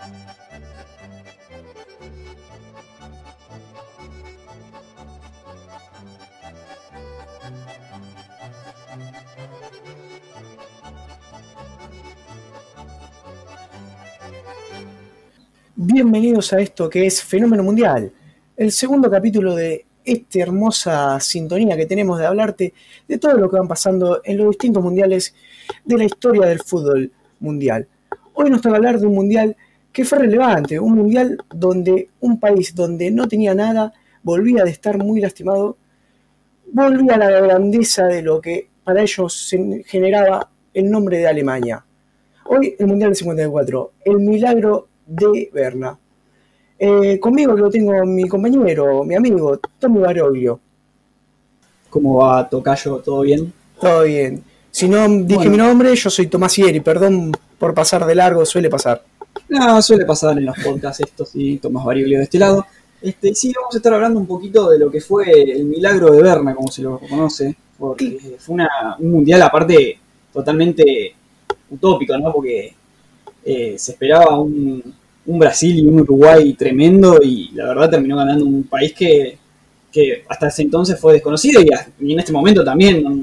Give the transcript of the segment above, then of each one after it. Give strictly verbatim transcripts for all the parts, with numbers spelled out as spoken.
Bienvenidos a esto que es Fenómeno Mundial, el segundo capítulo de esta hermosa sintonía que tenemos de hablarte de todo lo que van pasando en los distintos mundiales de la historia del fútbol mundial. Hoy nos toca hablar de un mundial que fue relevante, un mundial donde un país donde no tenía nada volvía de estar muy lastimado, volvía a la grandeza de lo que para ellos generaba el nombre de Alemania. Hoy el mundial del cincuenta y cuatro, el milagro de Berna. Eh, conmigo lo tengo mi compañero, mi amigo, Tommy Baroglio. ¿Cómo va, tocayo? ¿Todo bien? Todo bien. Si no dije bueno. Mi nombre, yo soy Tomás Ieri, perdón por pasar de largo, suele pasar. No, suele pasar en los podcasts estos, sí, Tomás Baroglio de este lado. Este, sí, vamos a estar hablando un poquito de lo que fue el milagro de Berna, como se lo conoce, porque sí. Fue una, un mundial aparte totalmente utópico, ¿no? Porque Eh, se esperaba un, un Brasil y un Uruguay tremendo y la verdad terminó ganando un país que, que hasta ese entonces fue desconocido y, y en este momento también no,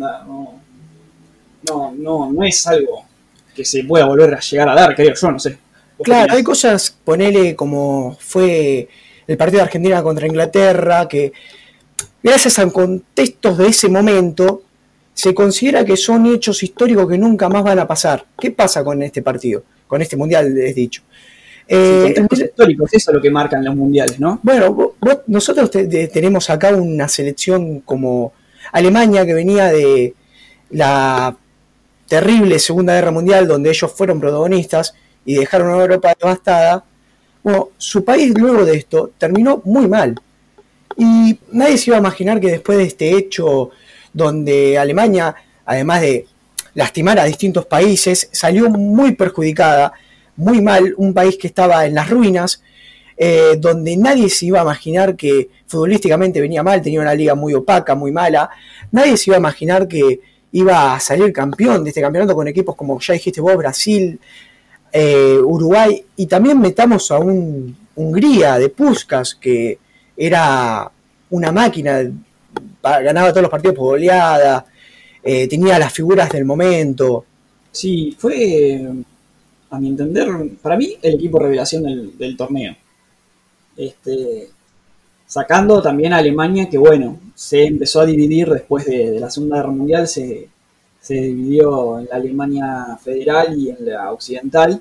no, no, no es algo que se pueda volver a llegar a dar, creo yo, no sé. Claro, hay cosas, ponele como fue el partido de Argentina contra Inglaterra, que gracias a contextos de ese momento se considera que son hechos históricos que nunca más van a pasar. ¿Qué pasa con este partido? Con este mundial, es dicho. Eh, sí, contextos históricos, eso es lo que marcan los mundiales, ¿no? Bueno, vos, nosotros te, te, tenemos acá una selección como Alemania, que venía de la terrible Segunda Guerra Mundial, donde ellos fueron protagonistas y dejaron a Europa devastada. Bueno, su país luego de esto terminó muy mal. Y nadie se iba a imaginar que después de este hecho, donde Alemania, además de lastimar a distintos países, salió muy perjudicada, muy mal, un país que estaba en las ruinas, eh, donde nadie se iba a imaginar que futbolísticamente venía mal, tenía una liga muy opaca, muy mala, nadie se iba a imaginar que iba a salir campeón de este campeonato con equipos como ya dijiste vos, Brasil, eh, Uruguay, y también metamos a un Hungría de Puskás, que era una máquina, ganaba todos los partidos por goleada, Eh, tenía las figuras del momento. Sí, fue, a mi entender, para mí, el equipo revelación del, del torneo. Este, sacando también a Alemania, que bueno, se empezó a dividir después de, de la Segunda Guerra Mundial, se, se dividió en la Alemania federal y en la occidental.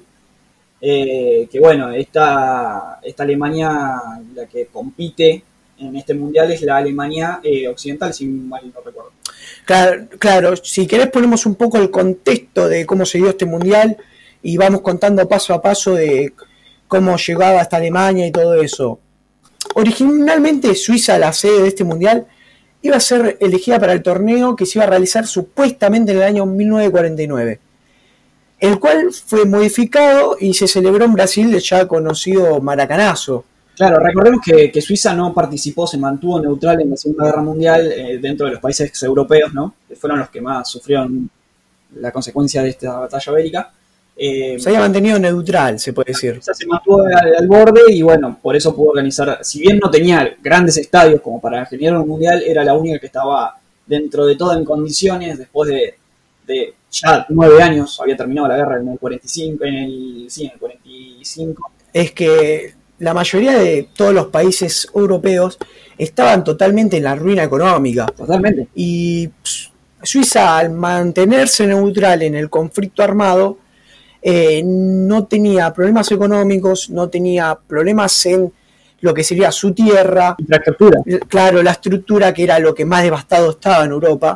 Eh, que bueno, esta, esta Alemania, la que compite en este mundial, es la Alemania eh, occidental, si mal no recuerdo. Claro, claro, si querés ponemos un poco el contexto de cómo se dio este mundial y vamos contando paso a paso de cómo llegaba hasta Alemania y todo eso. Originalmente Suiza, la sede de este mundial, iba a ser elegida para el torneo que se iba a realizar supuestamente en el año mil novecientos cuarenta y nueve, el cual fue modificado y se celebró en Brasil, el ya conocido Maracanazo. Claro, recordemos que, que Suiza no participó, se mantuvo neutral en la Segunda Guerra Mundial eh, dentro de los países europeos, ¿no? Que fueron los que más sufrieron la consecuencia de esta batalla bélica. Eh, se había mantenido neutral, se puede decir. Suiza se mantuvo al, al borde y bueno, por eso pudo organizar, si bien no tenía grandes estadios como para generar un mundial, era la única que estaba dentro de todo en condiciones después de, de ya nueve años, había terminado la guerra en el cuarenta y cinco, en el, sí, en el cuarenta y cinco. Es que la mayoría de todos los países europeos estaban totalmente en la ruina económica. Totalmente. Y pss, Suiza, al mantenerse neutral en el conflicto armado, eh, no tenía problemas económicos, no tenía problemas en lo que sería su tierra. Infraestructura. Claro, la estructura, que era lo que más devastado estaba en Europa.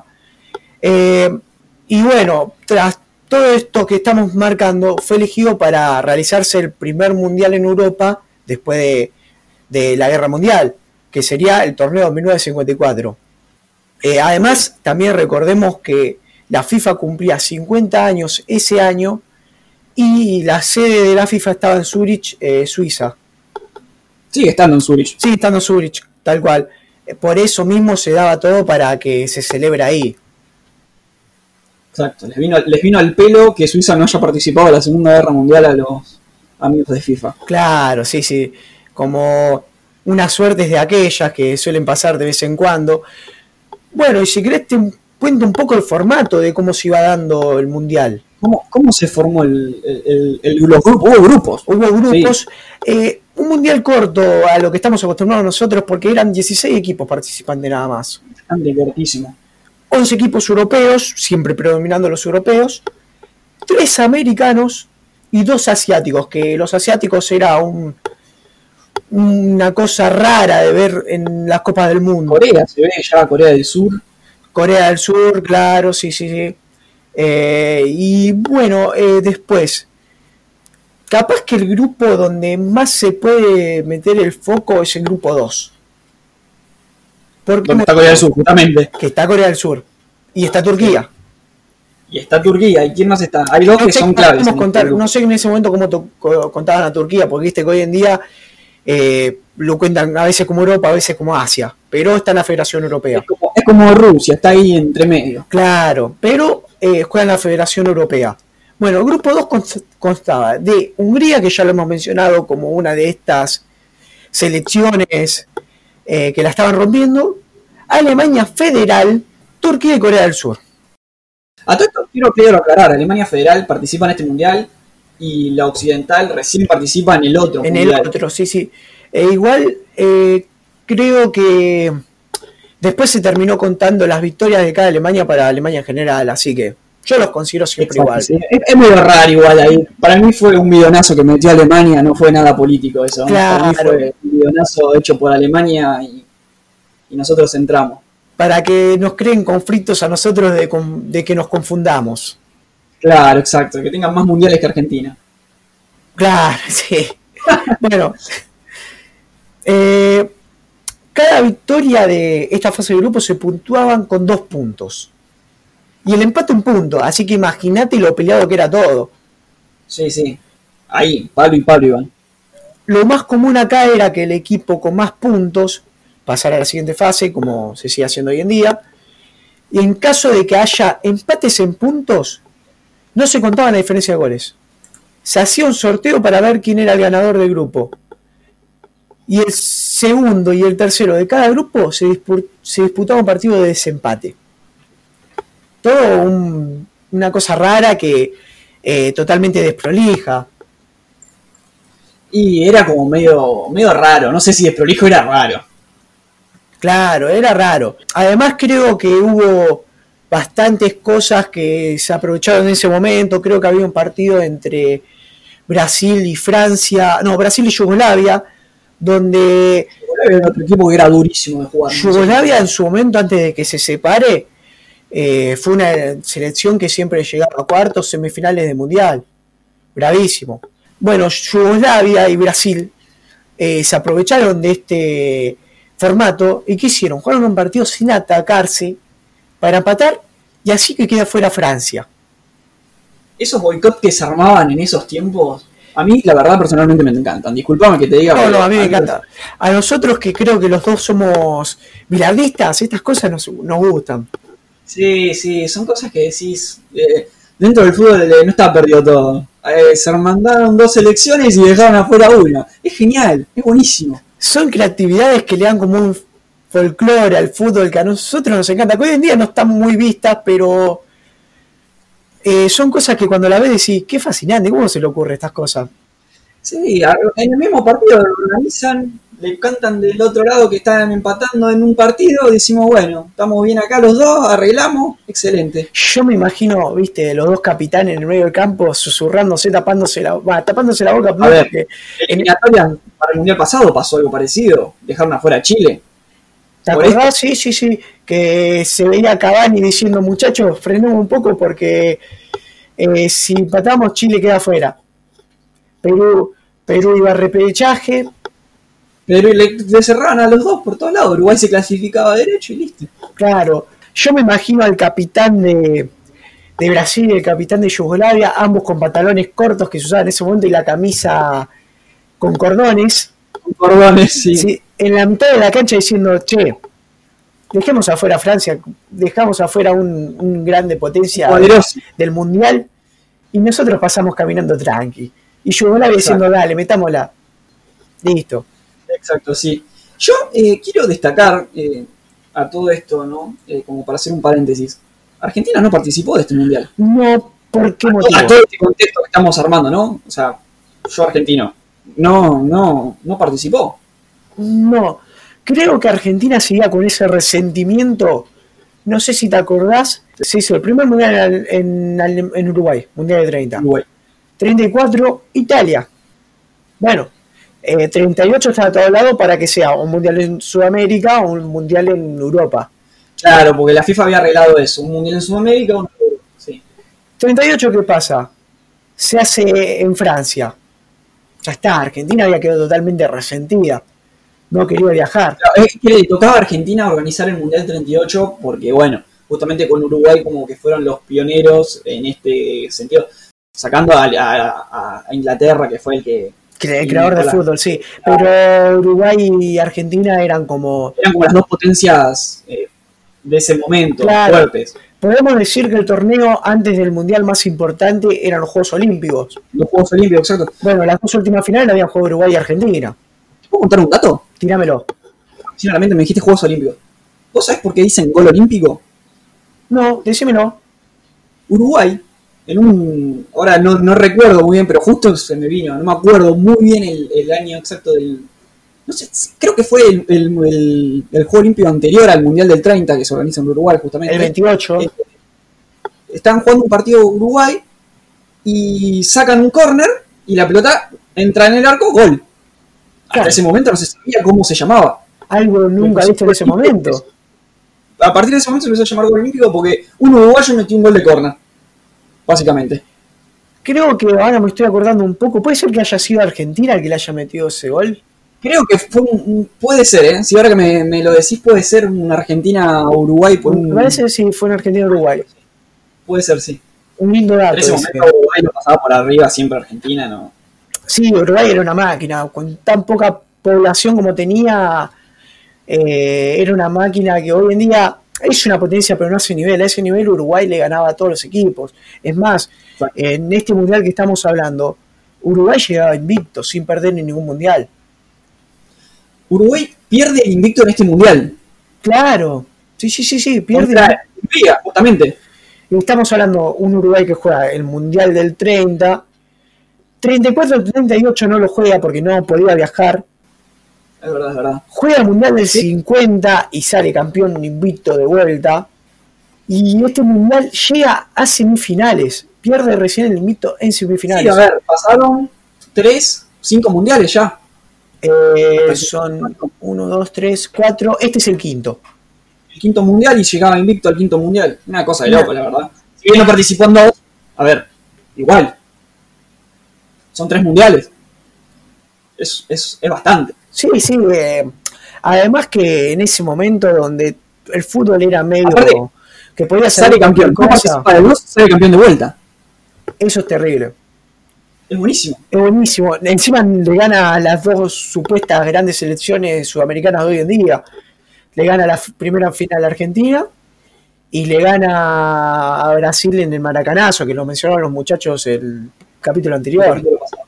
Eh, y bueno, tras todo esto que estamos marcando, fue elegido para realizarse el primer mundial en Europa después de, de la Guerra Mundial, que sería el torneo de mil novecientos cincuenta y cuatro. Eh, además, también recordemos que la FIFA cumplía cincuenta años ese año y la sede de la FIFA estaba en Zúrich, eh, Suiza. Sigue estando en Zúrich. Sigue estando en Zúrich, tal cual. Eh, por eso mismo se daba todo para que se celebre ahí. Exacto, les vino, les vino al pelo que Suiza no haya participado en la Segunda Guerra Mundial a los amigos de FIFA. Claro, sí, sí. Como unas suertes de aquellas que suelen pasar de vez en cuando. Bueno, y si querés te cuento un poco el formato de cómo se iba dando el Mundial. ¿Cómo, cómo se formó el, el, el, los grupos? Hubo grupos. Hubo grupos. Sí. Eh, un Mundial corto a lo que estamos acostumbrados nosotros porque eran dieciséis equipos participantes nada más. Bastante cortísimo. once equipos europeos, siempre predominando los europeos. tres americanos y dos asiáticos, que los asiáticos era un, una cosa rara de ver en las Copas del Mundo. Corea, se ve ya Corea del Sur. Corea del Sur, claro, sí, sí, sí. Eh, y bueno, eh, después, capaz que el grupo donde más se puede meter el foco es el grupo dos. Porque donde está Corea del Sur, justamente. Que está Corea del Sur. Y está Turquía. Sí. Y está Turquía. ¿Y quién más está? Hay dos no que son claves. Contar, no sé en ese momento cómo to- contaban a Turquía, porque viste que hoy en día eh, lo cuentan a veces como Europa, a veces como Asia. Pero está en la Federación Europea. Es como, es como Rusia, está ahí entre medio. Claro, pero eh, juega en la Federación Europea. Bueno, el grupo dos constaba de Hungría, que ya lo hemos mencionado como una de estas selecciones eh, que la estaban rompiendo, Alemania Federal, Turquía y Corea del Sur. A todo esto quiero, quiero aclarar, Alemania Federal participa en este mundial y la occidental recién participa en el otro en mundial. el otro, sí, sí. E igual eh, creo que después se terminó contando las victorias de cada Alemania para Alemania en general, así que yo los considero siempre Exacto, igual. Sí. Es, es medio raro igual ahí. Para mí fue un bidonazo que metió Alemania, no fue nada político eso. Claro. Para mí fue un bidonazo hecho por Alemania y, y nosotros entramos. Para que nos creen conflictos a nosotros de, de que nos confundamos. Claro, exacto, que tengan más mundiales que Argentina. Claro, sí. Bueno, eh, cada victoria de esta fase de grupo se puntuaban con dos puntos. Y el empate un punto, así que imagínate lo peleado que era todo. Sí, sí. Ahí, palo y palo iban. Lo más común acá era que el equipo con más puntos pasara a la siguiente fase, como se sigue haciendo hoy en día. Y en caso de que haya empates en puntos, no se contaba la diferencia de goles. Se hacía un sorteo para ver quién era el ganador del grupo. Y el segundo y el tercero de cada grupo se, dispu- se disputaba un partido de desempate. Todo un, una cosa rara que eh, totalmente desprolija. Y era como medio, medio raro, no sé si desprolijo era raro. Claro, era raro. Además creo que hubo bastantes cosas que se aprovecharon en ese momento. Creo que había un partido entre Brasil y Francia, no, Brasil y Yugoslavia, donde Yugoslavia era otro equipo que era durísimo de jugar. Yugoslavia en su momento, antes de que se separe, eh, fue una selección que siempre llegaba a cuartos, semifinales de mundial. Bravísimo. Bueno, Yugoslavia y Brasil eh, se aprovecharon de este formato, ¿y qué hicieron? Jugaron un partido sin atacarse para empatar y así que queda fuera Francia. Esos boicots que se armaban en esos tiempos, a mí la verdad personalmente me encantan. Disculpame que te diga. No, no, a mí me encanta. A nosotros que creo que los dos somos bilardistas, estas cosas nos, nos gustan. Sí, sí, son cosas que decís, eh, dentro del fútbol eh, no está perdido todo. Eh, se mandaron dos selecciones y dejaron afuera una. Es genial, es buenísimo. Son creatividades que le dan como un folclore al fútbol que a nosotros nos encanta, que hoy en día no están muy vistas, pero eh, son cosas que cuando la ves decís, qué fascinante, ¿cómo se le ocurre estas cosas? Sí, en el mismo partido lo organizan, le cantan del otro lado que están empatando en un partido, decimos, bueno, estamos bien acá los dos, arreglamos, excelente. Yo me imagino, viste, los dos capitanes en el medio del campo susurrándose, tapándose la, bueno, tapándose la boca. A ver, en eliminatoria para el Mundial pasado pasó algo parecido, dejaron afuera a Chile. ¿Te acordás? Sí, sí, sí, que se veía a Cavani diciendo, muchachos, frenemos un poco porque eh, si empatamos Chile queda afuera. Perú, Perú iba a repechaje. Pero le, le cerraron a los dos por todos lados. Uruguay se clasificaba derecho y listo. Claro. Yo me imagino al capitán de, de Brasil y el capitán de Yugoslavia, ambos con pantalones cortos que se usaban en ese momento y la camisa con cordones. Con cordones, sí. sí. En la mitad de la cancha diciendo, che, dejemos afuera a Francia, dejamos afuera un, un grande potencia Poderoso del Mundial y nosotros pasamos caminando tranqui. Y Yugoslavia diciendo, dale, metámosla. Listo. Exacto, sí. Yo eh, quiero destacar eh, a todo esto, ¿no? Eh, como para hacer un paréntesis. Argentina no participó de este mundial. No, ¿por qué A, motivo? a todo este contexto que estamos armando, ¿no? O sea, yo argentino. No, no, no participó. No. Creo que Argentina seguía con ese resentimiento. No sé si te acordás, se hizo el primer mundial en, en, en Uruguay, mundial de treinta. Uruguay. treinta y cuatro, Italia. Bueno, eh, treinta y ocho está todo lado para que sea un mundial en Sudamérica o un mundial en Europa. Claro, porque la FIFA había arreglado eso, un mundial en Sudamérica, un... sí. treinta y ocho, ¿qué pasa? Se hace en Francia. Ya está, Argentina había quedado totalmente resentida. No quería viajar. Claro, es que le tocaba a Argentina organizar el mundial treinta y ocho porque, bueno, justamente con Uruguay como que fueron los pioneros en este sentido, sacando a, a, a Inglaterra, que fue el que... Que el creador del fútbol, sí. Pero Uruguay y Argentina eran como... Eran como las dos potencias eh, de ese momento, claro, fuertes. Podemos decir que el torneo antes del mundial más importante eran los Juegos Olímpicos. Los Juegos Olímpicos, exacto. Bueno, las dos últimas finales habían jugado Uruguay y Argentina. ¿Te puedo contar un dato? Tíramelo. Sinceramente me dijiste Juegos Olímpicos. ¿Vos sabés por qué dicen gol olímpico? No, decímelo. Uruguay, en un... Ahora no, no recuerdo muy bien, pero justo se me vino, no me acuerdo muy bien el, el año exacto del... No sé, creo que fue el, el, el, el Juego Olímpico anterior al Mundial del treinta, que se organiza en Uruguay justamente. El veintiocho. Eh, están jugando un partido Uruguay y sacan un córner y la pelota entra en el arco, gol. Hasta claro. Ese momento no se sabía cómo se llamaba. Algo nunca visto en ese momento. A partir de ese momento se empezó a llamar gol olímpico porque un uruguayo metió un gol de córner, básicamente. Creo que ahora me estoy acordando un poco. ¿Puede ser que haya sido Argentina el que le haya metido ese gol? Creo que fue un, puede ser, ¿eh? Si ahora que me, me lo decís, puede ser un Argentina-Uruguay. Por un... Me parece que sí, fue un Argentina-Uruguay. Puede ser, sí. Un lindo dato. En ese momento ese. Uruguay lo pasaba por arriba, siempre Argentina, ¿no? Sí, Uruguay era una máquina. Con tan poca población como tenía, eh, era una máquina que hoy en día es una potencia, pero no a ese nivel. A ese nivel Uruguay le ganaba a todos los equipos. Es más, exacto, en este mundial que estamos hablando, Uruguay llegaba invicto, sin perder en ningún mundial. Uruguay pierde el invicto en este mundial. Claro, sí, sí, sí, sí, pierde. Contra Hungría, justamente. Y estamos hablando de un Uruguay que juega el mundial del treinta, treinta y cuatro treinta y ocho no lo juega porque no podía viajar. Es verdad, es verdad. Juega el mundial del cincuenta y sale campeón invicto de vuelta. Y este mundial llega a semifinales. Pierde recién el invicto en semifinales. Sí, a ver, pasaron tres, cinco mundiales ya. Eh, son uno, dos, tres, cuatro. Este es el quinto. El quinto mundial y llegaba invicto al quinto mundial. Una cosa de loco, la verdad. Si bien no participó en dos, a ver, igual. Son tres mundiales. Es, es, es bastante. Sí, sí. Eh, además que en ese momento donde el fútbol era medio... Aparte, que podía sale campeón. No participa de dos, sale campeón de vuelta. Eso es terrible. Es buenísimo. Es buenísimo. Encima le gana a las dos supuestas grandes selecciones sudamericanas de hoy en día. Le gana la primera final a Argentina y le gana a Brasil en el Maracanazo, que lo mencionaron los muchachos el capítulo anterior.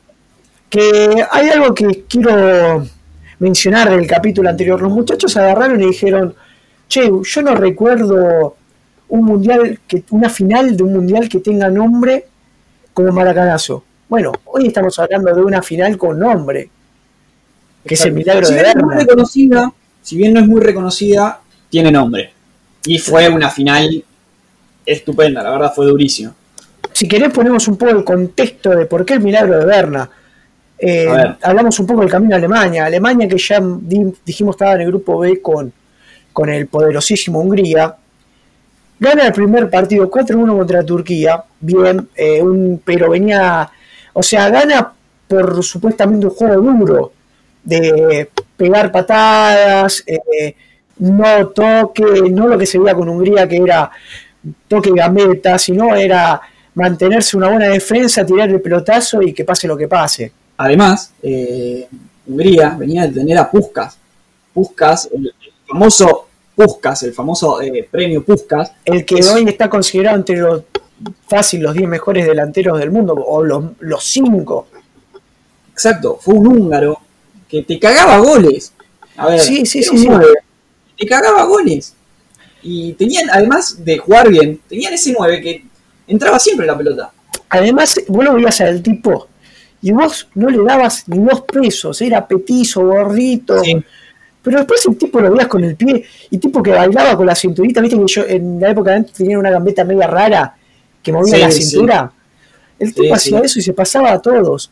Que hay algo que quiero mencionar del capítulo anterior. Los muchachos agarraron y dijeron, che, yo no recuerdo un mundial, que una final de un mundial que tenga nombre como Maracanazo. Bueno, hoy estamos hablando de una final con nombre, que exacto, es el milagro si de Berna. No es reconocida, si bien no es muy reconocida, tiene nombre. Y fue una final estupenda, la verdad fue durísimo. Si querés ponemos un poco el contexto de por qué el milagro de Berna. Eh, hablamos un poco del camino a Alemania. Alemania que ya di, dijimos estaba en el grupo B con, con el poderosísimo Hungría. Gana el primer partido cuatro uno contra Turquía. Bien, eh, un, pero venía... O sea, gana por supuestamente un juego duro, de pegar patadas, eh, no toque, no lo que se veía con Hungría, que era toque y gambeta, sino era mantenerse una buena defensa, tirar el pelotazo y que pase lo que pase. Además, eh, Hungría venía de tener a Puskás. Puskás, el, el famoso Puskás, el famoso eh, premio Puskás. El que es, hoy está considerado entre los fácil los diez mejores delanteros del mundo, o los, los cinco. exacto, fue un húngaro que te cagaba goles. A ver, sí, sí, era sí, un sí. nueve, te cagaba goles. Y tenían, además de jugar bien, tenían ese nueve que entraba siempre en la pelota. Además, vos lo veías al tipo y vos no le dabas ni dos pesos, era petizo, gordito. Sí, Pero después el tipo lo veías con el pie y tipo que bailaba con la cinturita, viste que yo en la época de antes tenía una gambeta media rara que movía sí, la sí, cintura. El tipo sí, hacía sí, eso y se pasaba a todos.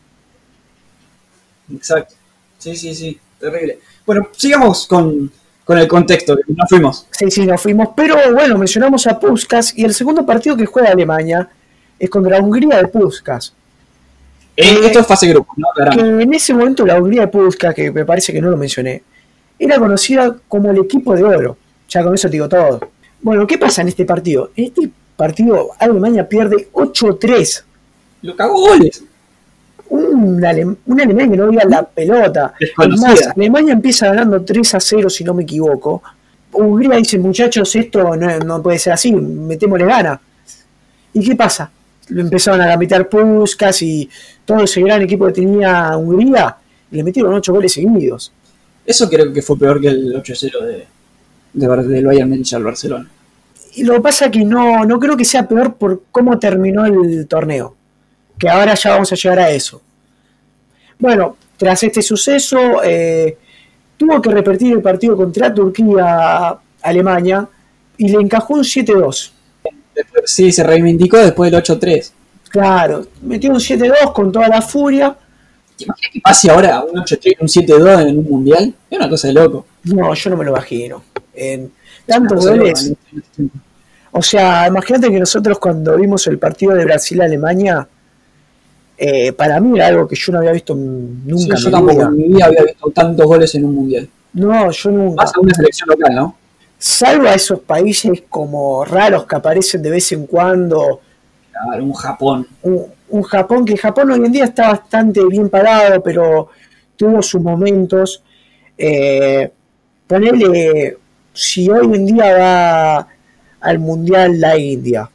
exacto. Sí, sí, sí, terrible. Bueno, sigamos con, con el contexto, que nos fuimos. Sí, sí, nos fuimos. Pero bueno, mencionamos a Puskás y el segundo partido que juega Alemania es contra Hungría de Puskás. Eh, esto Que, es fase grupo, ¿no? que Claramente. en ese momento la Hungría de Puskás, que me parece que no lo mencioné, era conocida como el equipo de oro. Ya con eso te digo todo. Bueno, ¿qué pasa en este partido? En este partido Alemania pierde ocho tres. Lo cagó goles. Un, Ale- un Alemania que no veía la pelota. Es más, Desconocida. Alemania empieza ganando tres a cero, si no me equivoco. Hungría dice, muchachos, esto no, no puede ser así, metémosle gana. ¿Y qué pasa? Lo empezaron a gambetear Puskás y todo ese gran equipo que tenía Hungría, y le metieron ocho goles seguidos. Eso creo que fue peor que el ocho cero de, de, Bar- del Bayern Múnich al Barcelona. Y lo que pasa es que no, no creo que sea peor por cómo terminó el torneo. Que ahora ya vamos a llegar a eso. Bueno, tras este suceso, eh, tuvo que repetir el partido contra Turquía, Alemania, y le encajó un siete dos. Después, sí, se reivindicó después del ocho tres. Claro, metió un siete dos con toda la furia. ¿Te imaginas que pase ahora un ocho tres, un siete dos en un mundial? Es una cosa de loco. No, yo no me lo imagino. En Es una tantos cosa de loco. goles. O sea, imagínate que nosotros cuando vimos el partido de Brasil-Alemania, eh, para mí era algo que yo no había visto Sí, nunca en yo mi tampoco vida. en mi vida había visto tantos goles en un mundial. No, yo nunca. Más a una selección local, ¿no? Salvo a esos países como raros que aparecen de vez en cuando, Claro, un Japón. un, un Japón, que Japón hoy en día está bastante bien parado, pero tuvo sus momentos. Eh, ponele, si hoy en día va al Mundial la India,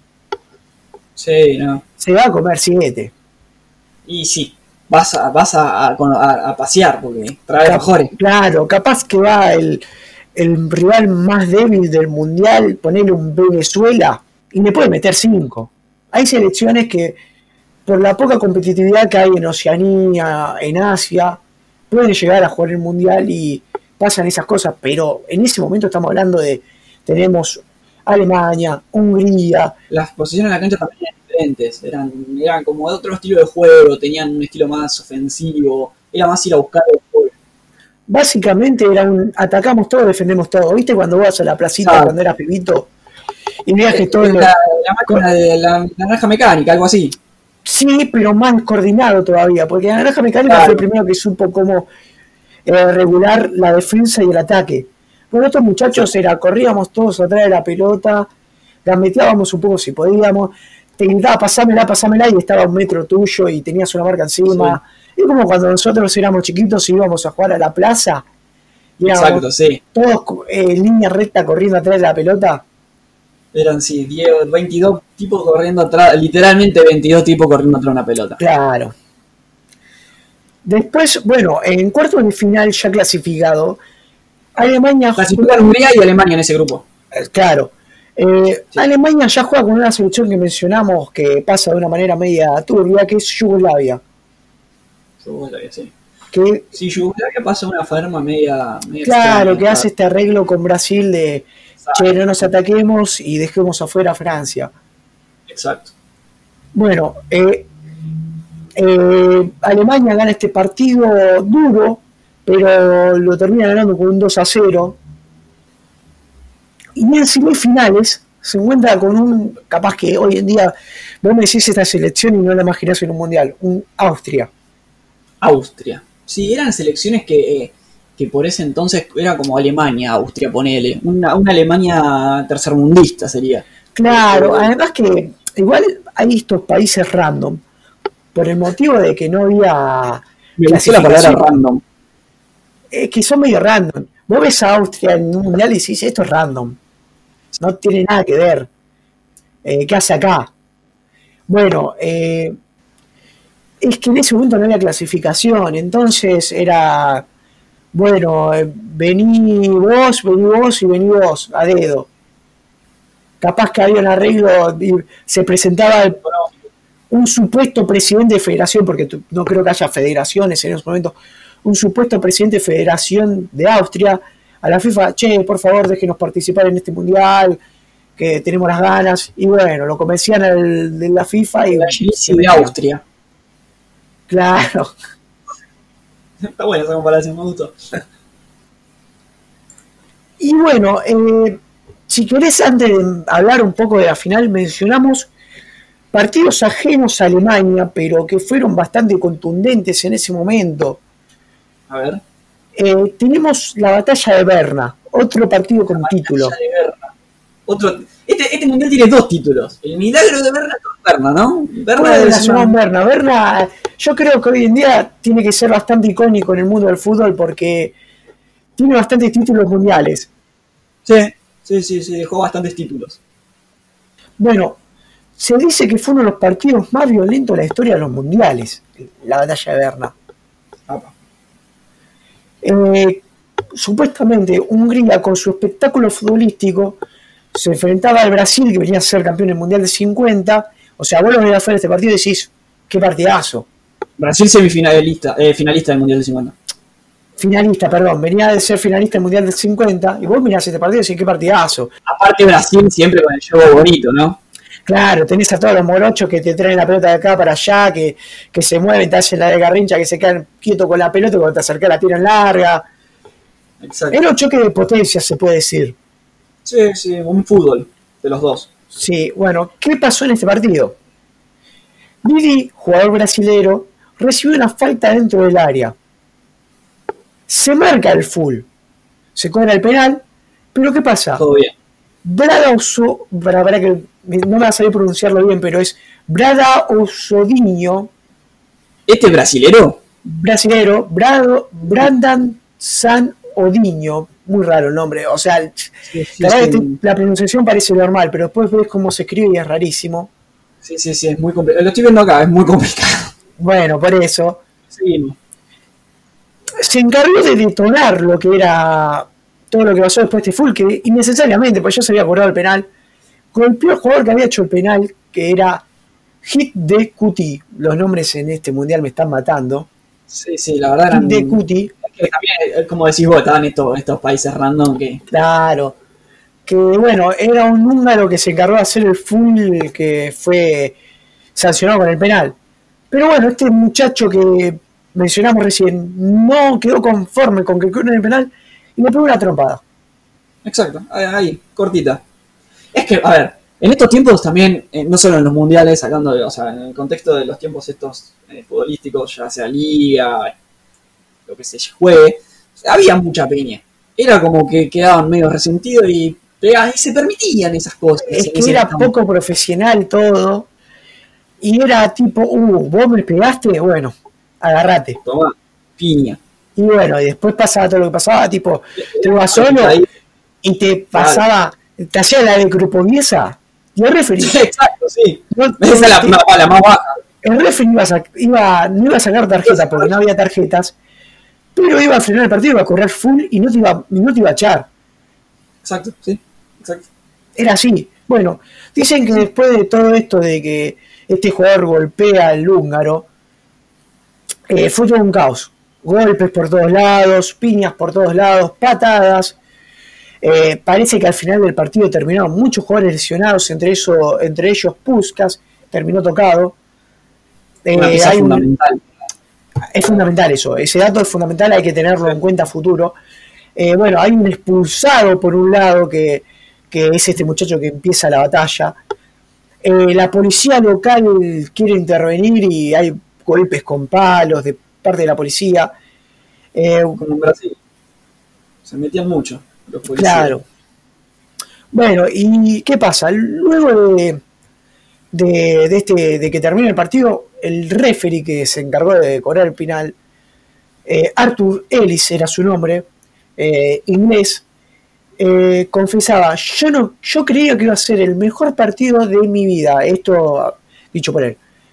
Sí, no. se va a comer siete. Y sí, vas a, vas a, a, a- a pasear porque trae Cap- mejores. claro, capaz que va el, el rival más débil del Mundial, ponerle un Venezuela y le puede meter cinco. Hay selecciones que, por la poca competitividad que hay en Oceanía, en Asia, pueden llegar a jugar el Mundial y pasan esas cosas, pero en ese momento estamos hablando de, tenemos Alemania, Hungría, Las posiciones en la cancha también eran diferentes. Eran, eran como de otro estilo de juego, tenían un estilo más ofensivo. Era más ir a buscar el gol. básicamente era un atacamos todo, defendemos todo. ¿Viste cuando vas a la placita Exacto. cuando eras pibito y veías que Es todo la, lo, la máquina de la, la naranja mecánica, algo así. sí, pero más coordinado todavía, porque la naranja mecánica Claro. fue el primero que supo cómo eh, regular la defensa y el ataque. Bueno, estos muchachos era, corríamos todos atrás de la pelota, gambeteábamos un poco si podíamos, te gritaba pasámela, pasámela y estaba a un metro tuyo y tenías una marca encima. Es como cuando nosotros éramos chiquitos y íbamos a jugar a la plaza y éramos Exacto, sí. todos eh, en línea recta corriendo atrás de la pelota. Eran, sí, diez, veintidós tipos corriendo atrás, literalmente veintidós tipos corriendo atrás de una pelota. Claro. Después, bueno, en cuartos de final ya clasificado, Alemania Clasificaron Hungría y Alemania en ese grupo. Eh, Claro. Eh, Sí. Alemania ya juega con una selección que mencionamos que pasa de una manera media turbia, que es Yugoslavia. Yugoslavia, sí. Que, Sí, Yugoslavia pasa de una forma media. media claro, extraña, que hace este arreglo con Brasil de, Exacto. che, no nos ataquemos y dejemos afuera a Francia. Exacto. Bueno, eh, eh, Alemania gana este partido duro, pero lo termina ganando con un dos a cero. Y en semifinales se encuentra con un, capaz que hoy en día, vos me decís esta selección y no la imaginás en un mundial, un Austria. Austria. Sí, eran selecciones que, eh, que por ese entonces era como Alemania, Austria, ponele. Una, una Alemania tercermundista sería. Claro, además que igual hay estos países random, por el motivo de que no había Me gustó la palabra clasificación, random. es que son medio random. Vos ves a Austria en un mundial y decís, esto es random, no tiene nada que ver. Eh, ¿Qué hace acá? Bueno, eh, es que en ese momento no había clasificación, entonces era, bueno, eh, vení vos, vení vos y vení vos, a dedo. Capaz que había un arreglo, y se presentaba el, un supuesto presidente de federación, porque no creo que haya federaciones en esos momentos, un supuesto presidente de federación de Austria, a la FIFA, che, por favor, déjenos participar en este mundial, que tenemos las ganas, y bueno, lo convencían al de la FIFA y... y de Austria. Claro. Está buena esa comparación, me gustó. Y bueno, eh, si querés, antes de hablar un poco de la final, mencionamos partidos ajenos a Alemania, pero que fueron bastante contundentes en ese momento. A ver. Eh, tenemos la batalla de Berna, otro partido con la título. De Berna. Otro, este, este mundial tiene dos títulos. El milagro de Berna con Berna, ¿no? Berna de la Berna. Berna, yo creo que hoy en día tiene que ser bastante icónico en el mundo del fútbol porque tiene bastantes títulos mundiales. Sí, sí, sí, sí, dejó bastantes títulos. Bueno, se dice que fue uno de los partidos más violentos de la historia de los mundiales, la batalla de Berna. Eh, supuestamente Hungría, con su espectáculo futbolístico, se enfrentaba al Brasil, que venía a ser campeón del mundial de cincuenta. O sea, vos lo veías fuera de este partido y decís, qué partidazo. Brasil semifinalista, eh, finalista del mundial de cincuenta. Finalista, perdón, venía de ser finalista del mundial de cincuenta, y vos mirás este partido y decís, qué partidazo. Aparte Brasil siempre con el juego bonito, ¿no? Claro, tenés a todos los morochos que te traen la pelota de acá para allá, que, que se mueven, te hacen la de garrincha, que se quedan quietos con la pelota y cuando te acercás la tiran larga. Exacto. Era un choque de potencia, se puede decir. Sí, sí, un fútbol de los dos. Sí, bueno, ¿qué pasó en este partido? Didi, jugador brasilero, recibió una falta dentro del área. Se marca el full. Se cobra el penal, pero ¿qué pasa? Todo bien. Brada Oso, para, para que no me va a saber pronunciarlo bien, pero es Brada Osodinho. ¿Este brasilero? Brasilero, Brado, Brandan San Odiño. Muy raro el nombre, o sea, sí, sí, la, sí. Este, la pronunciación parece normal, pero después ves cómo se escribe y es rarísimo. Sí, sí, sí, es muy complicado. Lo estoy viendo acá, es muy complicado. Bueno, por eso. Sí. Se encargó de detonar lo que era todo lo que pasó después de este full, que innecesariamente, pues ya se había cobrado el penal, golpeó al jugador que había hecho el penal, que era Hit de Cuti. Los nombres en este mundial me están matando. Sí, sí, la verdad eran... Hit de Cuti. Que también, como decís vos, estaban estos, estos países random que... Claro. Que bueno, era un húngaro que se encargó de hacer el full que fue sancionado con el penal. Pero bueno, este muchacho que mencionamos recién no quedó conforme con que quedó en el penal y le pegó una trompada. Exacto, ahí, cortita. Es que, a ver, en estos tiempos también, eh, no solo en los mundiales, sacando, de, o sea, en el contexto de los tiempos estos eh, futbolísticos, ya sea liga, lo que se juegue, había mucha peña. Era como que quedaban medio resentidos y pegaban y se permitían esas cosas. Es que era poco profesional todo. Y era tipo, uh, vos me pegaste, bueno, agarrate. Tomá, piña. Y bueno, y después pasaba todo lo que pasaba, tipo, te ibas solo y te pasaba, te hacía la de Grupoviesa y el referee. Sí, exacto, sí. No, esa es la, la, la más baja. El referee iba a, iba, no iba a sacar tarjeta porque no había tarjetas, pero iba a frenar el partido, iba a correr full y no te iba, no te iba a echar. Exacto, sí, exacto. Era así. Bueno, dicen que después de todo esto de que este jugador golpea al húngaro, eh, fue todo un caos. Golpes por todos lados, piñas por todos lados, patadas. Eh, parece que al final del partido terminaron muchos jugadores lesionados, entre, eso, entre ellos Puskás, terminó tocado. Eh, Una pieza hay fundamental. Un, es fundamental eso, ese dato es fundamental, hay que tenerlo en cuenta a futuro. Eh, bueno, hay un expulsado por un lado que, que es este muchacho que empieza la batalla. Eh, la policía local quiere intervenir y hay golpes con palos de parte de la policía. Eh, Como en Brasil. Se metían mucho los policías. Claro. Bueno, ¿y qué pasa? Luego de, de, de, este, de que termine el partido, el referee que se encargó de cobrar el penal, eh, Arthur Ellis era su nombre, eh, inglés, eh, confesaba, yo no, yo creía que iba a ser el mejor partido de mi vida, esto dicho por él.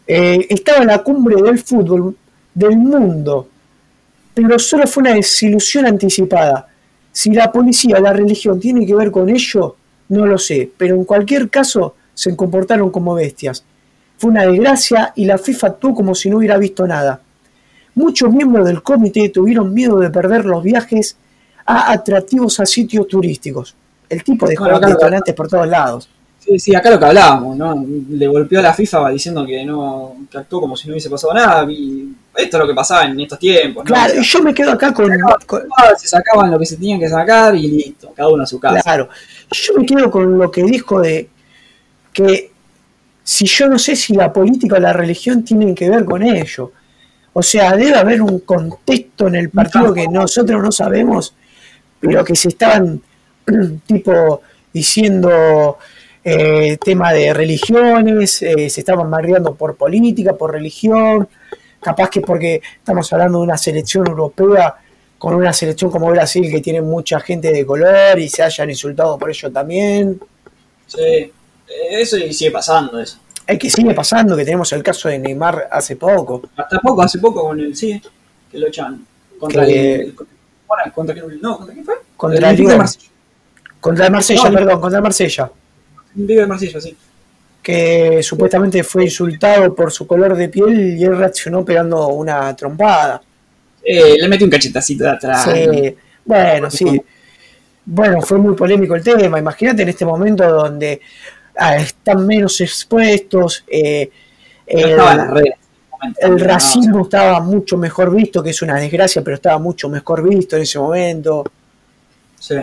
Eh, estaba en la cumbre del fútbol del mundo, pero solo fue una desilusión anticipada. Si la policía o la religión tiene que ver con ello, no lo sé, pero en cualquier caso se comportaron como bestias. Fue una desgracia y la FIFA actuó como si no hubiera visto nada. Muchos miembros del comité tuvieron miedo de perder los viajes a atractivos a sitios turísticos. El tipo dejó Bueno, acá lo que- detonantes por todos lados. Sí, sí, acá lo que hablábamos, ¿no? Le golpeó a la FIFA diciendo que no, que actuó como si no hubiese pasado nada. Y esto es lo que pasaba en estos tiempos, ¿no? Claro, O sea, y yo me quedo acá con, con- se sacaban lo que se tenían que sacar y listo, cada uno a su casa. claro, yo me quedo con lo que dijo de que si yo no sé si la política o la religión tienen que ver con ello. O sea, debe haber un contexto en el partido que nosotros no sabemos, pero que se estaban tipo diciendo eh, tema de religiones, eh, se estaban bardeando por política, por religión, capaz que porque estamos hablando de una selección europea con una selección como Brasil que tiene mucha gente de color y se hayan insultado por ello también. Sí, eso y sigue pasando eso. Es que sigue pasando, que tenemos el caso de Neymar hace poco. Hasta poco, hace poco con el sí, que lo echan contra Que- el. Bueno, contra quién, no, ¿contra quién fue? Contra el el Olympique de Lyon. Marsella. Contra el Marsella, No, perdón, contra el Marsella. El Olympique de Marsella, sí. Que supuestamente fue insultado por su color de piel y él reaccionó pegando una trompada. Eh, le metí un cachetacito de atrás. Sí, bueno, sí. Bueno, fue muy polémico el tema. Imagínate en este momento donde ah, están menos expuestos, eh, No el, estaba en las redes. el racismo estaba mucho mejor visto, que es una desgracia, pero estaba mucho mejor visto en ese momento. Sí.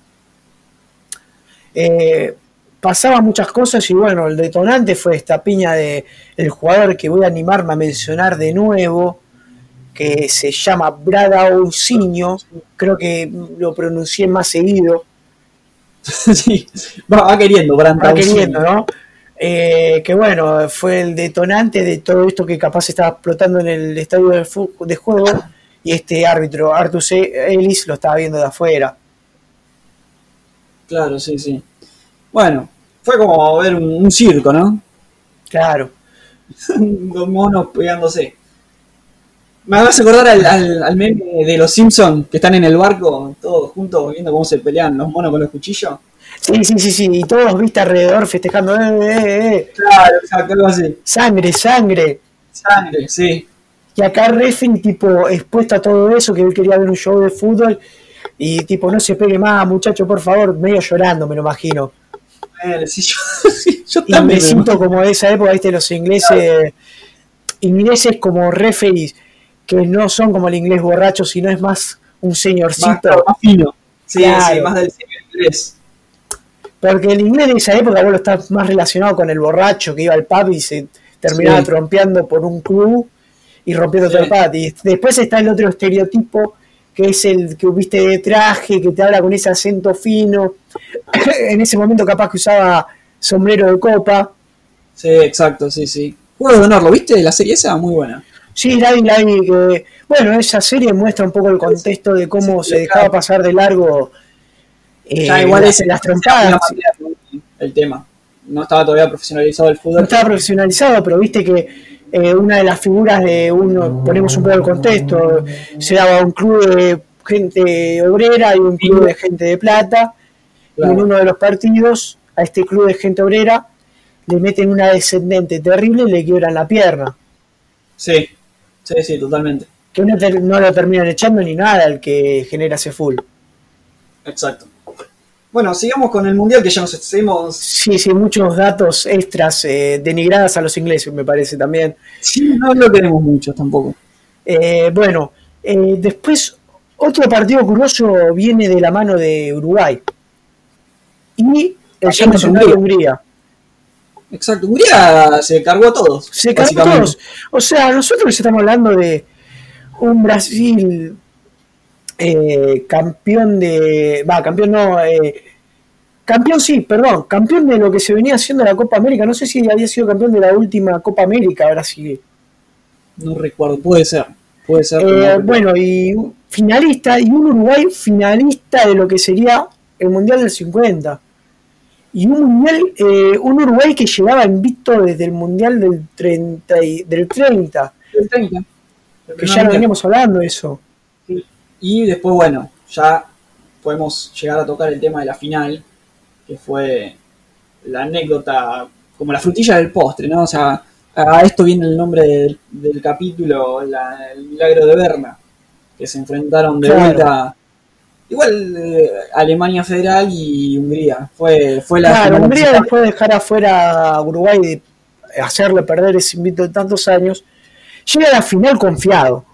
Eh, pasaban muchas cosas y bueno, el detonante fue esta piña de el jugador que voy a animarme a mencionar de nuevo, que se llama Bradausinho, creo que lo pronuncié más seguido, Sí, va, va queriendo, Branta. va queriendo, ¿no? Eh, que bueno, fue el detonante de todo esto que capaz estaba explotando en el estadio de, fu- de juego y este árbitro, Arthur Ellis, lo estaba viendo de afuera. Claro, sí, sí. Bueno, fue como ver un, un circo, ¿no? Claro. Dos monos pegándose. Me vas a acordar al, al, al meme de los Simpsons que están en el barco, todos juntos, viendo cómo se pelean los monos con los cuchillos. Sí, sí, sí, sí, y todos viste alrededor festejando, eh, eh, eh, Claro, exacto, algo así. sangre, sangre. Sangre, sí. Y acá Refin, tipo, expuesto a todo eso, que él quería ver un show de fútbol, y tipo, no se pegue más, muchacho, por favor, medio llorando, me lo imagino. Eh, sí, yo, sí, yo Y también. me siento como de esa época, viste, los ingleses, ingleses como referees, que no son como el inglés borracho, sino es más un más, señorcito. claro, más fino. Sí, Claro. sí, más del señor inglés. Porque el inglés de esa época, vos lo estás más relacionado con el borracho que iba al pub y se terminaba Sí. trompeando por un club y rompiendo Sí. todo el pub. Y después está el otro estereotipo, que es el que viste de traje, que te habla con ese acento fino. En ese momento capaz que usaba sombrero de copa. Sí, exacto, sí, sí. Juego de honor, ¿lo viste? La serie esa, muy buena. Sí, la vi, la vi, que, bueno, esa serie muestra un poco el contexto de cómo Sí, se dejaba pasar de largo eh, Ya igual las, es las trompadas. el tema. No estaba todavía profesionalizado el fútbol. No estaba profesionalizado, pero viste que eh, una de las figuras de uno, ponemos un poco el contexto, se daba un club de gente obrera y un club de gente de plata, Claro. y en uno de los partidos a este club de gente obrera le meten una descendente terrible y le quiebran la pierna. Sí, sí, sí, totalmente. Que no, ter- no lo terminan echando ni nada el que genera ese full. Exacto. Bueno, sigamos con el mundial que ya nos excedimos. Sí, sí, muchos datos extras eh, denigradas a los ingleses, me parece también. Sí, no lo tenemos muchos tampoco. Eh, bueno, eh, después otro partido curioso viene de la mano de Uruguay. Y el ya mencionado de Hungría. Exacto. Hungría se cargó a todos. Se cargó a básicamente. todos. O sea, nosotros estamos hablando de un Brasil eh, campeón de. Va, campeón no. Eh, campeón sí, perdón. Campeón de lo que se venía haciendo la Copa América. No sé si había sido campeón de la última Copa América, Brasil. No recuerdo, puede ser. Puede ser. Eh, no recuerdo. bueno, y finalista, y un Uruguay finalista de lo que sería el Mundial del cincuenta. Y un mundial, eh, un Uruguay que llegaba invicto desde el mundial del treinta, y, del treinta. El treinta. El Que ya lo veníamos hablando eso. Sí. Y después, bueno, ya podemos llegar a tocar el tema de la final, que fue la anécdota, como la frutilla del postre, ¿no? O sea, a esto viene el nombre del, del capítulo, la, el milagro de Berna, que se enfrentaron de Claro. vuelta. Igual eh, Alemania Federal y Hungría. Fue, fue la Claro, final Hungría anticipada. después de dejar afuera a Uruguay de hacerle perder ese invicto de tantos años, llega a la final confiado.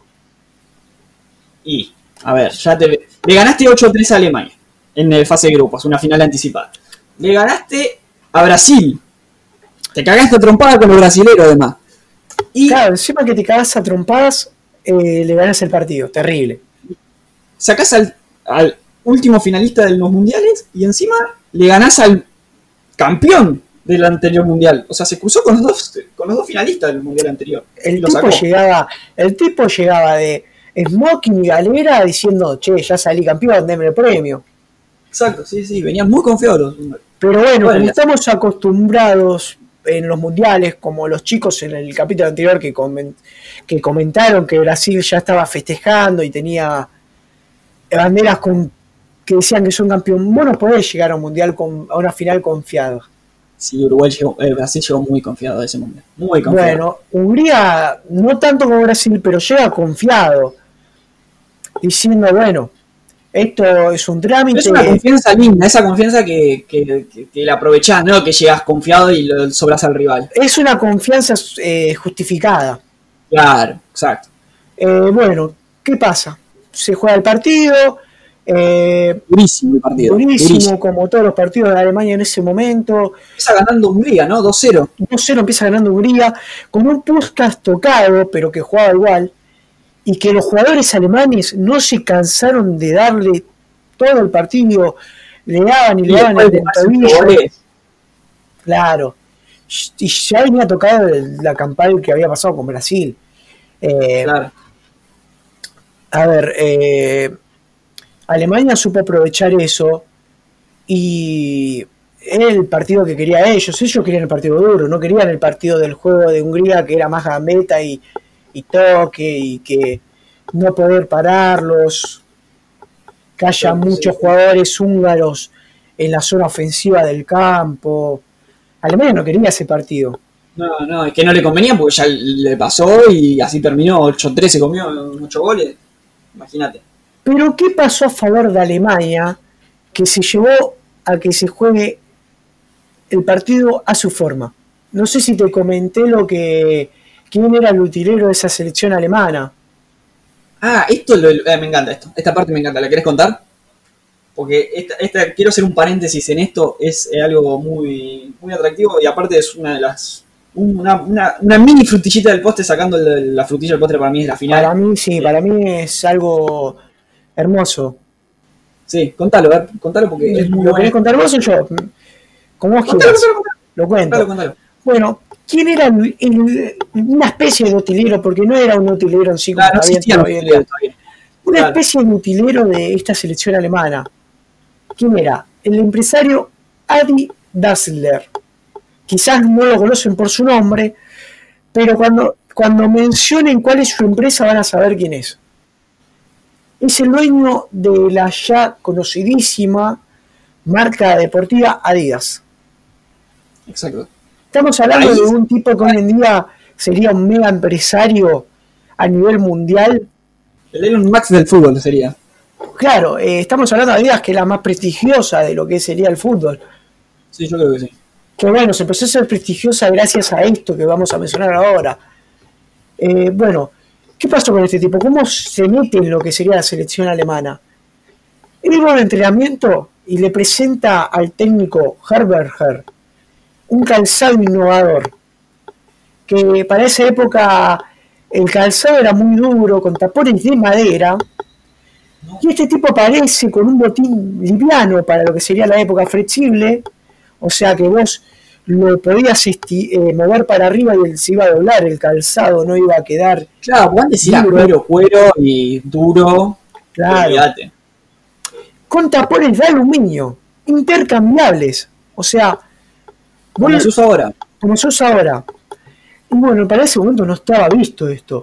Y, a ver, ya te le ganaste ocho a tres a Alemania en el fase de grupos, una final anticipada. Le ganaste a Brasil. Te cagaste a trompada con los brasileros, además. Y Claro, encima que te cagas a trompadas, eh, le ganas el partido. Terrible. sacás al, al último finalista de los mundiales y encima le ganás al campeón del anterior mundial. O sea, se cruzó con los dos, con los dos finalistas del mundial anterior. El y lo tipo sacó. llegaba, el tipo llegaba de smoking y galera diciendo, che, ya salí campeón, denme el premio. Exacto, sí, sí, venían muy confiados los húngaros. Pero bueno, Bueno, como ya. estamos acostumbrados en los mundiales, como los chicos en el capítulo anterior que, coment- que comentaron que Brasil ya estaba festejando y tenía banderas con que decían que son campeón, vos no podés llegar a un mundial con, a una final confiado. Sí, Uruguay llegó, eh, Brasil llegó muy confiado a ese mundial. Muy confiado. Bueno, Hungría no tanto como Brasil, pero llega confiado, diciendo, bueno, esto es un trámite. Es una confianza linda, esa confianza que, que, que, que la aprovechás, ¿no? Que llegas confiado y lo sobras al rival. Es una confianza eh, justificada. Claro, exacto. Eh, bueno, ¿qué pasa? Se juega el partido, eh, Durísimo el partido. durísimo, Durísimo. como todos los partidos de Alemania en ese momento. Empieza ganando Hungría, ¿no? dos cero. dos cero empieza ganando Hungría, con un Puskás tocado, pero que jugaba igual, y que los jugadores alemanes no se cansaron de darle todo el partido, le daban y le daban el tobillo. Claro. Y ya venía tocado la campaña que había pasado con Brasil. Eh, Claro. A ver, eh, Alemania supo aprovechar eso y era el partido que quería ellos. Ellos querían el partido duro, no querían el partido del juego de Hungría que era más gambeta y, y toque y que no poder pararlos, que haya Sí, muchos sí. jugadores húngaros en la zona ofensiva del campo. Alemania no quería ese partido. No, no, es que no le convenía porque ya le pasó y así terminó. ocho tres se comió ocho goles. Imagínate. Pero ¿qué pasó a favor de Alemania que se llevó a que se juegue el partido a su forma? No sé si te comenté lo que quién era el utilero de esa selección alemana. Ah, esto lo, eh, me encanta esto. Esta parte me encanta. ¿La querés contar? Porque esta, esta, quiero hacer un paréntesis en esto. Es eh, algo muy, muy atractivo y aparte es una de las... Una, una, una mini frutillita del postre, sacando la, la frutilla del postre para mí es la final. Para mí, sí, para mí es algo hermoso. Sí, contalo, a ver, contalo porque es muy ¿Lo bueno. querés contar vos o yo? Como vos Contalo, quieras. contalo, contalo. Lo cuento. Contalo, contalo. Bueno, ¿quién era el- el- una especie de utilero? Porque no era un utilero en sí, como Claro, no está bien existía hoy en día. todavía. Una Claro. especie de utilero de esta selección alemana. ¿Quién era? El empresario Adi Dassler. Quizás no lo conocen por su nombre, pero cuando, cuando mencionen cuál es su empresa van a saber quién es. Es el dueño de la ya conocidísima marca deportiva Adidas. Exacto. Estamos hablando Ahí- de un tipo que hoy en día sería un mega empresario a nivel mundial. El Elon Max del fútbol sería. Claro, eh, estamos hablando de Adidas, que es la más prestigiosa de lo que sería el fútbol. Sí, yo creo que sí. Que bueno, se empezó a ser prestigiosa gracias a esto que vamos a mencionar ahora. Eh, bueno, ¿qué pasó con este tipo? ¿Cómo se mete en lo que sería la selección alemana? Él va a un entrenamiento y le presenta al técnico Herberger un calzado innovador, que para esa época el calzado era muy duro, con tapones de madera, y este tipo aparece con un botín liviano para lo que sería la época flexible, o sea que vos lo podías esti- eh, mover para arriba y él se iba a doblar, el calzado no iba a quedar. Claro, porque antes era Duro. cuero, cuero y duro. Claro. Olvídate. Con tapones de aluminio, intercambiables. O sea, como se usa ahora. Como se usa ahora. Y bueno, para ese momento no estaba visto esto.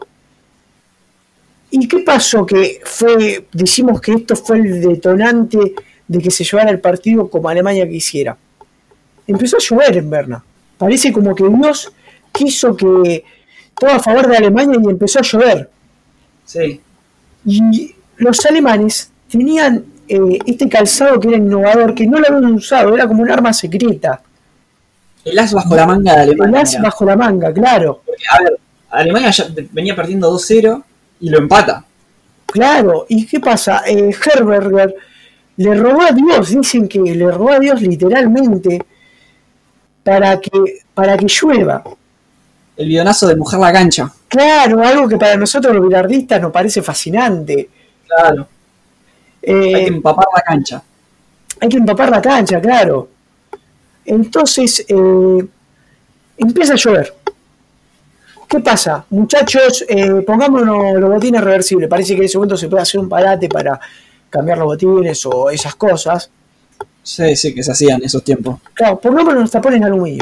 ¿Y qué pasó? Que fue, decimos que esto fue el detonante de que se llevara el partido como Alemania quisiera. Empezó a llover en Berna. Parece como que Dios quiso que todo a favor de Alemania y empezó a llover. Sí. Y los alemanes tenían eh, este calzado que era innovador, que no lo habían usado, era como un arma secreta. El as bajo la manga de Alemania. El as bajo la manga, claro. Porque, a ver, Alemania ya venía perdiendo dos cero y lo empata. Claro, ¿y qué pasa? Eh, Herberger le robó a Dios, dicen que le robó a Dios literalmente para que, para que llueva. El bidonazo de mojar la cancha. Claro, algo que para nosotros los bilardistas nos parece fascinante. Claro. Eh, hay que empapar la cancha. Hay que empapar la cancha, claro. Entonces, eh, empieza a llover. ¿Qué pasa? Muchachos, eh, pongámonos los botines reversibles. Parece que en ese momento se puede hacer un parate para cambiar los botines o esas cosas. Sí, sí, que se hacían en esos tiempos. Claro, pongámonos los tapones de aluminio.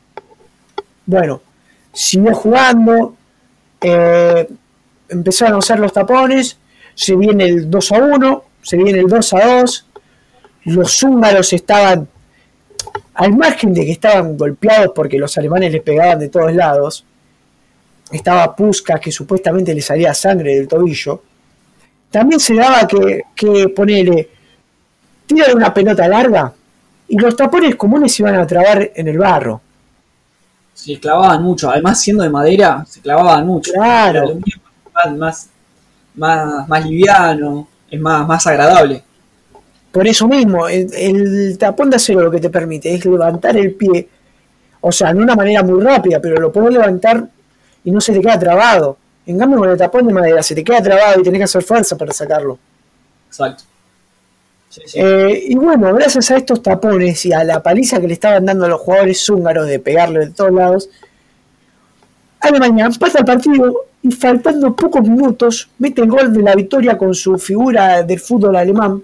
Bueno, siguió jugando, eh, empezaron a usar los tapones, se viene el dos a uno, se viene el dos a dos, los húngaros estaban, al margen de que estaban golpeados porque los alemanes les pegaban de todos lados, estaba Puskás que supuestamente le salía sangre del tobillo, también se daba que, que ponele, tiran una pelota larga y los tapones comunes se iban a trabar en el barro. Se clavaban mucho, además siendo de madera, se clavaban mucho. Claro. El aluminio es más, más, más liviano, es más, más agradable. Por eso mismo, el, el tapón de acero lo que te permite es levantar el pie, o sea, no de una manera muy rápida, pero lo podés levantar y no se te queda trabado. En cambio, con el tapón de madera se te queda trabado y tenés que hacer fuerza para sacarlo. Exacto. Sí, sí. Eh, y bueno, gracias a estos tapones y a la paliza que le estaban dando a los jugadores húngaros de pegarle de todos lados, Alemania empata el partido y faltando pocos minutos mete el gol de la victoria con su figura del fútbol alemán,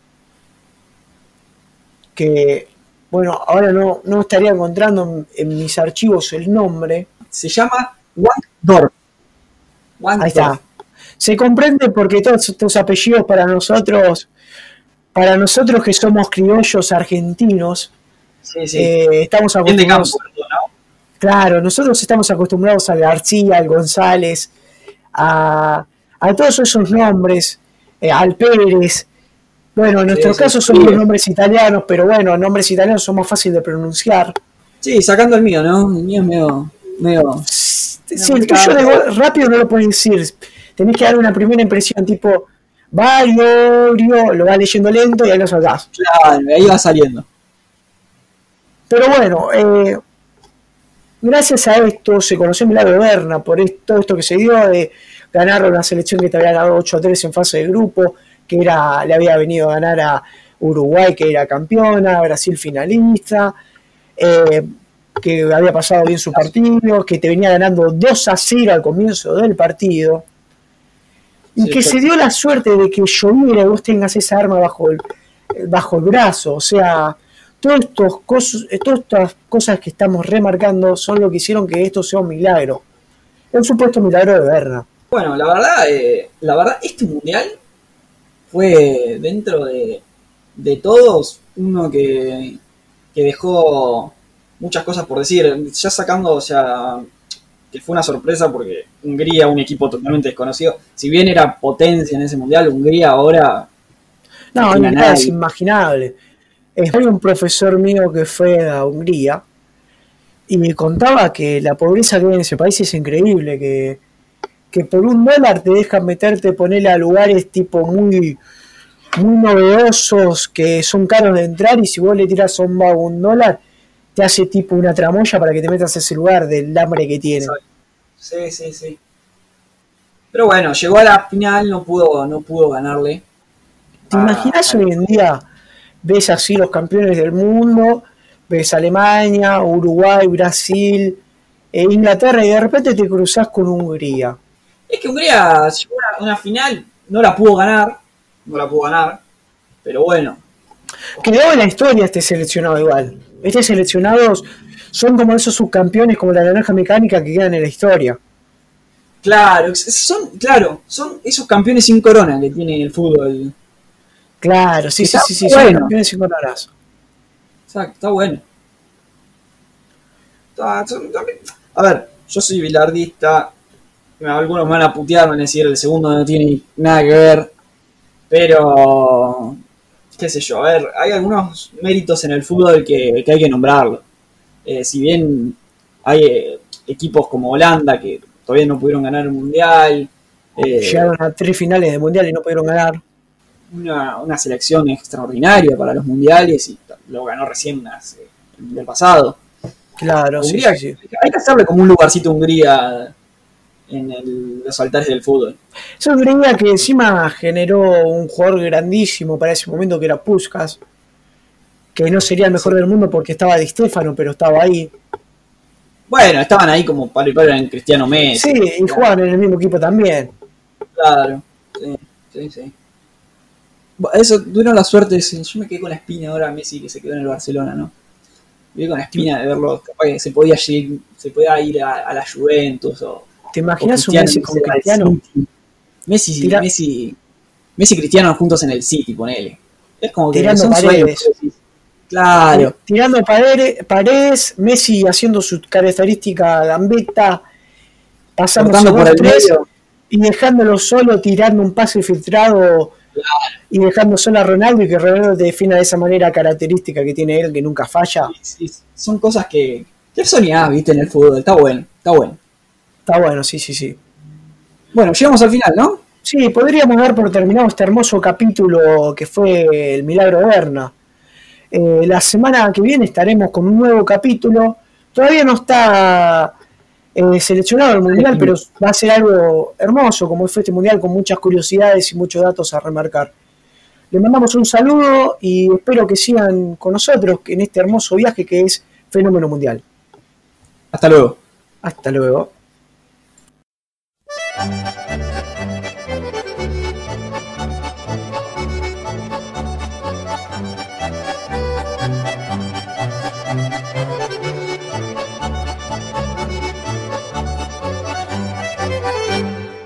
que, bueno, ahora no, no estaría encontrando en, en mis archivos el nombre. Se llama Wankdorf. Ahí está. Se comprende porque todos estos apellidos para nosotros, para nosotros que somos criollos argentinos, sí, sí. Eh, estamos acostumbrados. Campo, ¿no? Claro, nosotros estamos acostumbrados al García, al González, a, a todos esos nombres, eh, al Pérez. Bueno, en nuestro sí, caso sí, son sí. los nombres italianos, pero bueno, nombres italianos son más fáciles de pronunciar. Sí, sacando el mío, ¿no? El mío es medio... medio sí, medio el tuyo de gol, rápido no lo puedes decir. Tenés que dar una primera impresión, tipo, Vario, lo vas leyendo lento y ahí lo sacás. Claro, ahí va saliendo. Pero bueno, eh, gracias a esto se conoció Milagro de Berna, por esto, todo esto que se dio de ganar una selección que te había ganado ocho a tres en fase de grupo, que era le había venido a ganar a Uruguay, que era campeona, Brasil finalista, eh, que había pasado bien su partido, que te venía ganando dos a cero al comienzo del partido, y sí, que sí. se dio la suerte de que lloviera y vos tengas esa arma bajo el, bajo el brazo. O sea, todas estos cosas, todas estas cosas que estamos remarcando son lo que hicieron que esto sea un milagro, un supuesto milagro de Berna. Bueno, la verdad, eh, la verdad, este mundial fue dentro de, de todos uno que, que dejó muchas cosas por decir, ya sacando, o sea, que fue una sorpresa porque Hungría, un equipo totalmente desconocido, si bien era potencia en ese mundial, Hungría ahora... No, no nada es inimaginable. Hay un profesor mío que fue a Hungría y me contaba que la pobreza que hay en ese país es increíble, que, que por un dólar te dejan meterte, ponerle a lugares tipo muy, muy novedosos que son caros de entrar, y si vos le tiras a un vago un dólar, te hace tipo una tramoya para que te metas a ese lugar del hambre que tiene. Sí, sí, sí. Pero bueno, llegó a la final, no pudo, no pudo ganarle. ¿Te imaginas hoy en día? Ves así los campeones del mundo, ves Alemania, Uruguay, Brasil, eh, Inglaterra, y de repente te cruzás con Hungría. Es que Hungría llegó a una final, no la pudo ganar, no la pudo ganar, pero bueno. Quedó en la historia este seleccionado igual. Estos seleccionados son como esos subcampeones como la naranja mecánica que quedan en la historia. Claro, son, claro, son esos campeones sin corona que tiene el fútbol. Claro, sí, sí, sí, sí, bueno. Son campeones sin coronas. Exacto, está bueno. Está, a ver, yo soy bilardista. Algunos me van a putear, me van a decir el segundo no tiene nada que ver. Pero, qué sé yo, a ver, hay algunos méritos en el fútbol que, que hay que nombrarlo. Eh, si bien hay eh, equipos como Holanda que todavía no pudieron ganar un mundial. Eh, Llegaron a tres finales de mundial y no pudieron ganar. Una, una selección extraordinaria para los mundiales y lo ganó recién hace, el mundial pasado. Claro, Hungría, sí, sí, sí. Hay que hacerle como un lugarcito a Hungría en el, los altares del fútbol. Esa Hungría que encima generó un jugador grandísimo para ese momento que era Puskás, que no sería el mejor sí. del mundo porque estaba Di Stéfano, pero estaba ahí. Bueno, estaban ahí como palo y palo en Cristiano Messi. Sí, y jugaban en el mismo equipo también. Claro, sí, sí, sí. Eso, tuvieron la suerte, yo me quedé con la espina ahora Messi que se quedó en el Barcelona, ¿no? Me quedé con la espina de verlo, capaz que se podía ir, se podía ir a, a la Juventus o... ¿Te imaginas un Messi con Cristiano? Messi, Tira... Messi, Messi y Cristiano juntos en el City, ponele. Es como que tirando paredes. Claro. Tirando paredes, paredes, Messi haciendo su característica gambeta, pasando por el tres medio y dejándolo solo, tirando un pase filtrado. Claro. Y dejando solo a Ronaldo y que Ronaldo te defina de esa manera característica que tiene él, que nunca falla. Sí, sí. Son cosas que, que soñás, viste, en el fútbol. Está bueno, está bueno. Está bueno, sí, sí, sí. Bueno, llegamos al final, ¿no? Sí, podríamos dar por terminado este hermoso capítulo que fue el milagro de Berna. Eh, la semana que viene estaremos con un nuevo capítulo. Todavía no está eh, seleccionado el mundial, pero va a ser algo hermoso, como fue este mundial, con muchas curiosidades y muchos datos a remarcar. Les mandamos un saludo y espero que sigan con nosotros en este hermoso viaje que es Fenómeno Mundial. Hasta luego. Hasta luego.